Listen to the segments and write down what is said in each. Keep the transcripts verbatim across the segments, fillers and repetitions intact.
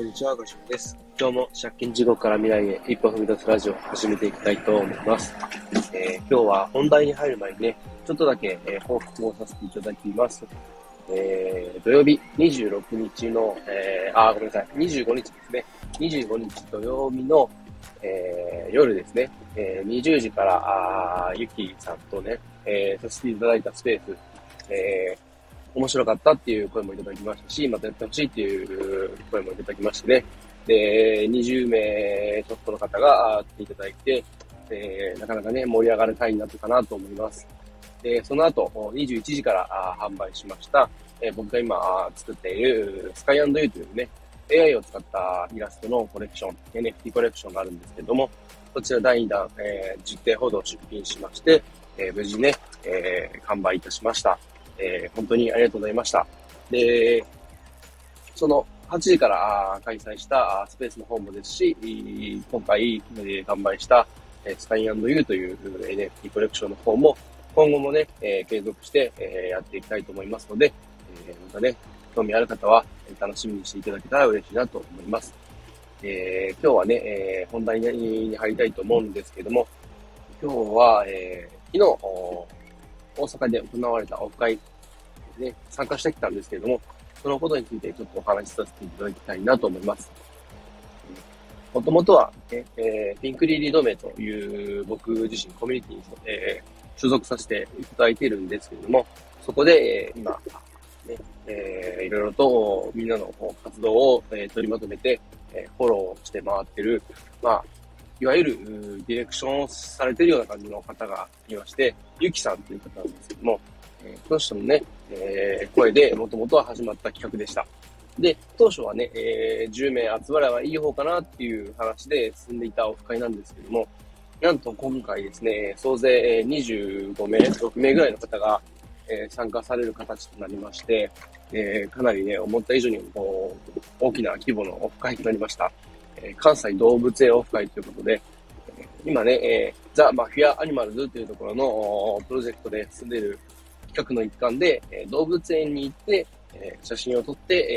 にちは、ガシュです。今日も借金地獄から未来へ一歩踏み出すラジオを始めていきたいと思います。えー、今日は本題に入る前にね、ちょっとだけ、えー、報告をさせていただきます。えー、土曜日にじゅうろくにちの、えー、あ、ごめんなさい、にじゅうごにちですね。にじゅうごにち土曜日の、えー、夜ですね、えー、にじゅうじから、あゆきさんとね、えー、させていただいたスペース、えー面白かったっていう声もいただきましたし、またやってほしいっていう声もいただきましてね。で、にじゅうめいちょっとの方が来ていただいて、えー、なかなかね、盛り上がる回になったかなと思います。で、その後、にじゅういちじから販売しました、えー、僕が今作っているスカイアンドユーというね、エーアイ を使ったイラストのコレクション、エヌエフティー コレクションがあるんですけども、そちらだいにだん、えー、じゅってんほど出品しまして、えー、無事ね、えー、完売いたしました。えー、本当にありがとうございました。で、そのはちじから開催したスペースの方もですし、今回、えー、販売したスカイアンドユーという エヌエフティー コレクションの方も今後もね、えー、継続して、えー、やっていきたいと思いますので、えー、またね、興味ある方は楽しみにしていただけたら嬉しいなと思います。えー、今日はね、えー、本題に入りたいと思うんですけども、今日は、えー、昨日、大阪で行われたオフ会ね、参加してきたんですけれども、そのことについてちょっとお話しさせていただきたいなと思います。もともとは、ね、えー、ピンクリリー同盟という僕自身コミュニティに、えー、所属させていただいているんですけれども、そこで、えー、今、ね、えー、いろいろとみんなの活動を、えー、取りまとめて、えー、フォローして回ってる、まあ、いわゆるディレクションをされているような感じの方がいまして、ゆきさんという方なんですけども、えー、この人のね、えー、声でもともとは始まった企画でした。で、当初はね、えー、じゅうめい集まればいい方かなっていう話で進んでいたオフ会なんですけども、なんと今回ですね、総勢にじゅうごめい、ろくめいぐらいの方が、えー、参加される形となりまして、えー、かなりね、思った以上にこう大きな規模のオフ会となりました。関西動物園オフ会ということで、今ね、えー、ザ・マフィア・アニマルズというところのプロジェクトで進んでいる企画の一環で、えー、動物園に行って、えー、写真を撮って、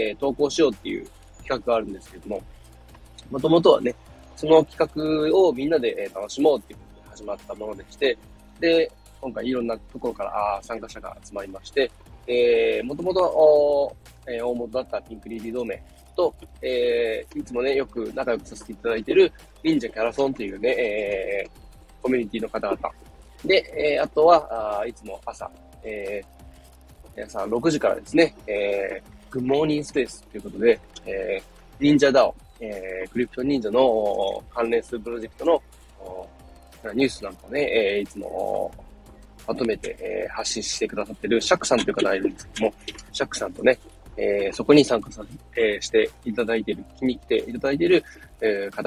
えー、投稿しようっていう企画があるんですけれども、もともとはね、その企画をみんなで楽しもうっていうことで始まったものでして、で、今回いろんなところから参加者が集まりまして、えー、もともと大元だったピンクリリー同盟と、えー、いつもね、よく仲良くさせていただいている忍者キャラソンというね、えー、コミュニティの方々。で、えー、あとは、あいつも朝、えー、皆さんろくじからですね、えー、グッモーニングスペースということで、えー、忍者ダオ、えー、クリプト忍者の関連するプロジェクトのニュースなんかね、えー、いつもまとめて、えー、発信してくださってるシャックさんという方がいるんですけども、シャックさんとね、えー、そこに参加させ、えー、していただいている、気に来ていただいている、えー、方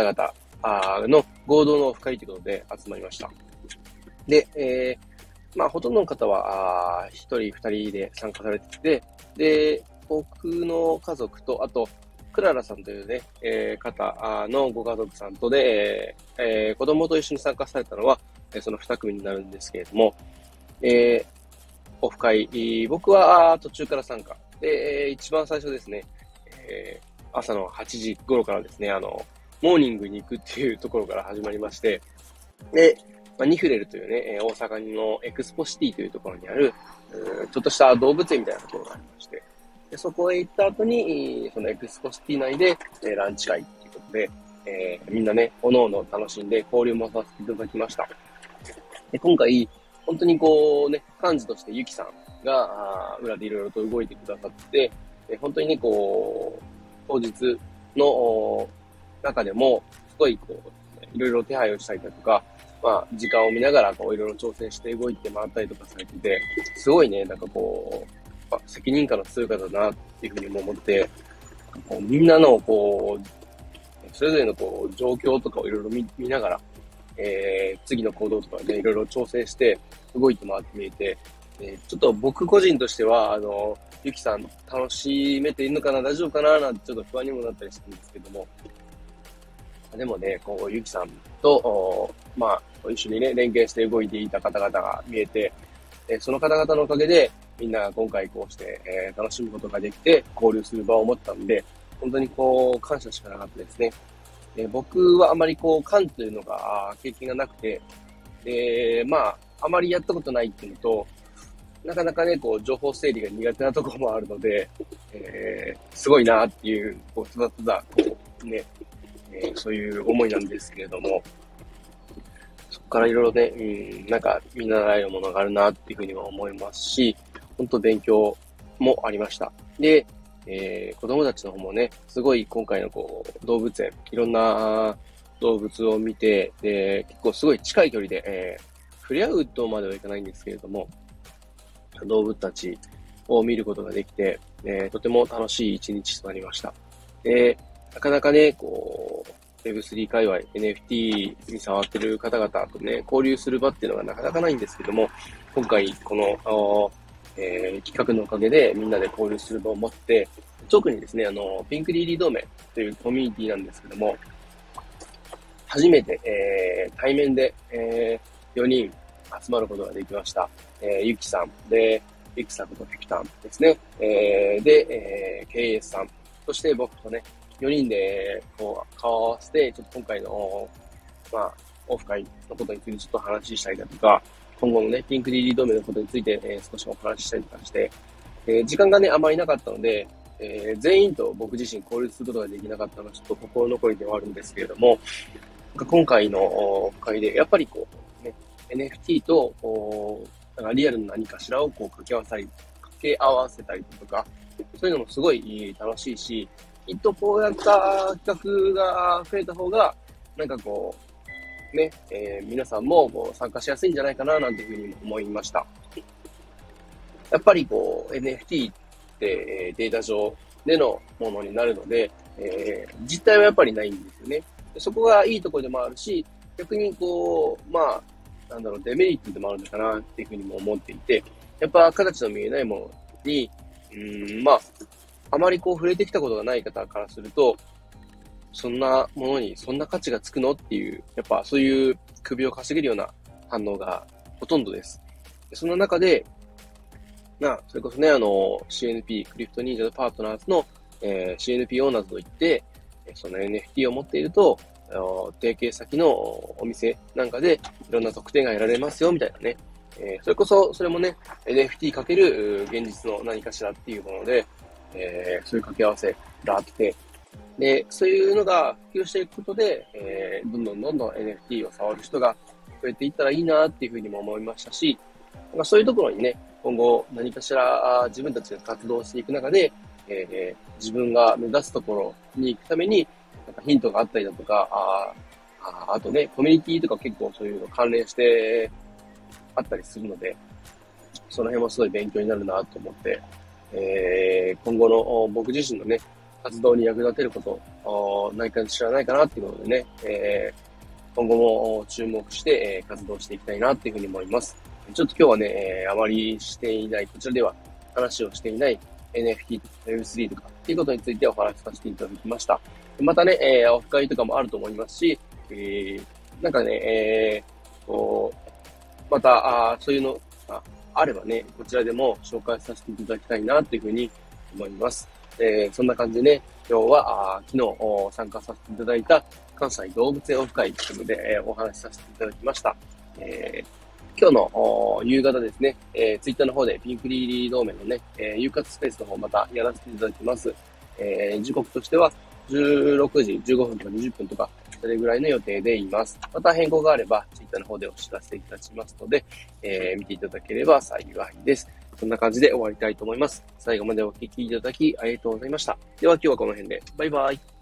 々の合同のオフ会ということで集まりました。で、えー、まあ、ほとんどの方は、一人二人で参加されてて、で、僕の家族と、あと、クララさんというね、えー、方のご家族さんとで、えー、子供と一緒に参加されたのは、その二組になるんですけれども、えー、オフ会、僕は途中から参加。で、一番最初ですね、えー、朝のはちじ頃からですね、あの、モーニングに行くっていうところから始まりまして、で、まあ、ニフレルというね、大阪のエクスポシティというところにある、ちょっとした動物園みたいなところがありまして、でそこへ行った後に、そのエクスポシティ内で、えー、ランチ会ということで、えー、みんなね、おのおの楽しんで交流もさせていただきました。で今回、本当にこうね、幹事としてゆきさんが裏でいろいろと動いてくださって、本当にね、こう、当日の中でも、すごいこう、いろいろ手配をしたりだとか、まあ、時間を見ながら、こう、いろいろ挑戦して動いて回ったりとかされてて、すごいね、なんかこう、責任感の強い方だな、っていうふうにも思って、こうみんなの、こう、それぞれのこう、状況とかをいろいろ見見ながら、えー、次の行動とかね、いろいろ挑戦して動いて回ってみえて、えー、ちょっと僕個人としては、あの、ゆきさん楽しめているのかな、大丈夫かな、なんてちょっと不安にもなったりしたんですけども、でもね、こう、ゆきさんと、まあ、一緒にね、連携して動いていた方々が見えて、えー、その方々のおかげで、みんなが今回こうして、えー、楽しむことができて、交流する場を持ったんで、 本当にこう、感謝しかなかったですね。で僕はあまりこう、缶というのがあー経験がなくて、で、まあ、あまりやったことないっていうのと、なかなかね、こう、情報整理が苦手なところもあるので、えー、すごいなっていう、こう、ただただ、こう、ね、えーそういう思いなんですけれども、そこからいろいろね、うん、なんか見習えるものがあるなっていうふうには思いますし、本当勉強もありました。で、えー子供たちの方もね、すごい今回のこう、動物園、いろんな動物を見て、で、結構すごい近い距離で、えー触れ合うとまではいかないんですけれども、動物たちを見ることができて、えーとても楽しい一日となりました。で、なかなかね、こう、ウェブスリー 界隈、エヌエフティー に触ってる方々とね、交流する場っていうのがなかなかないんですけども、今回、この、あーえー企画のおかげでみんなで交流する場を持って、特にですね、あの、ピンクリリー同盟というコミュニティなんですけども、初めて、えー対面で、えーよにん集まることができました。えーゆきさん、で、ゆきさんとピピタンですね。えーで、えー、ケーエス さん、そして僕とね、よにんで、こう、顔を合わせて、ちょっと今回の、まあ、オフ会のことについてちょっと話したりだとか、今後のね、ピンクリリー同盟のことについて、えー少しお話ししたりとかして、えー時間がね、あまりなかったので、えー全員と僕自身交流することができなかったのはちょっと心残りではあるんですけれども、今回のお会で、やっぱりこう、ね、エヌエフティー と、おなんかリアルな何かしらをこう掛け合わせたり、掛け合わせたりとか、そういうのもすごい楽しいし、きっとこうやった企画が増えた方が、なんかこう、ね、えー皆さんもこう参加しやすいんじゃないかな、なんていうふうにも思いました。やっぱりこう エヌエフティー ってえーデータ上でのものになるので、えー実態はやっぱりないんですよね。でそこがいいところでもあるし、逆にこう、まあ、なんだろう、デメリットでもあるのかなっていうふうにも思っていて、やっぱ形の見えないものに、うーん、まあ、あまりこう触れてきたことがない方からすると、そんなものにそんな価値がつくのっていう、やっぱそういう首をかしげるような反応がほとんどです。でその中で、な、それこそね、あの、シーエヌピー、クリフト忍者のパートナーズの、えー シーエヌピー オーナーズといって、えーその エヌエフティー を持っていると、あの提携先のお店なんかでいろんな特典が得られますよ、みたいなね。えーそれこそ、それもね、エヌエフティー かける現実の何かしらっていうもので、えーそういう掛け合わせがあって、で、そういうのが普及していくことで、えーどんどんどんどん エヌエフティー を触る人が増えていったらいいなっていうふうにも思いましたし、なんかそういうところにね、今後何かしらあ自分たちが活動していく中で、えー自分が目指すところに行くために、なんかヒントがあったりだとか、あああとね、コミュニティとか結構そういうの関連してあったりするので、その辺もすごい勉強になるなと思って、えー今後のお僕自身のね、活動に役立てること、お何か知らないかなっていうことでね、えー今後もお注目して、えー活動していきたいなっていうふうに思います。ちょっと今日はね、えーあまりしていない、こちらでは話をしていない エヌエフティー とか ウェブスリー とかっていうことについてお話しさせていただきました。またね、えーオフ会とかもあると思いますし、えーなんかね、えーこうまた、あーそういうのがあればね、こちらでも紹介させていただきたいなというふうに思います。えーそんな感じでね、今日は、あー昨日お参加させていただいた関西動物園オフ会というので、えーお話しさせていただきました。えー今日のお夕方ですね、えー、ツイッターの方でピンクリリー同盟のね、えー、夕活スペースの方またやらせていただきます。えー時刻としてはじゅうろくじじゅうごふんとかにじゅっぷんとか、それぐらいの予定でいます。また変更があれば、ツイッターの方でお知らせいたしますので、えー見ていただければ幸いです。そんな感じで終わりたいと思います。最後までお聞きいただきありがとうございました。では今日はこの辺で。バイバイ。